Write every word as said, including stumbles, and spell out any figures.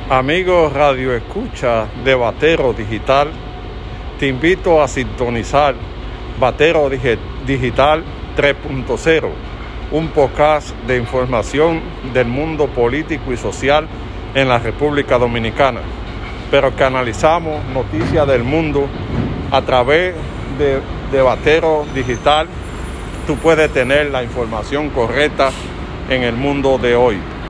Amigos Radio Escucha de Batero Digital, te invito a sintonizar Batero Digital tres punto cero, un podcast de información del mundo político y social en la República Dominicana, pero que analizamos noticias del mundo a través de, de Batero Digital. Tú puedes tener la información correcta en el mundo de hoy.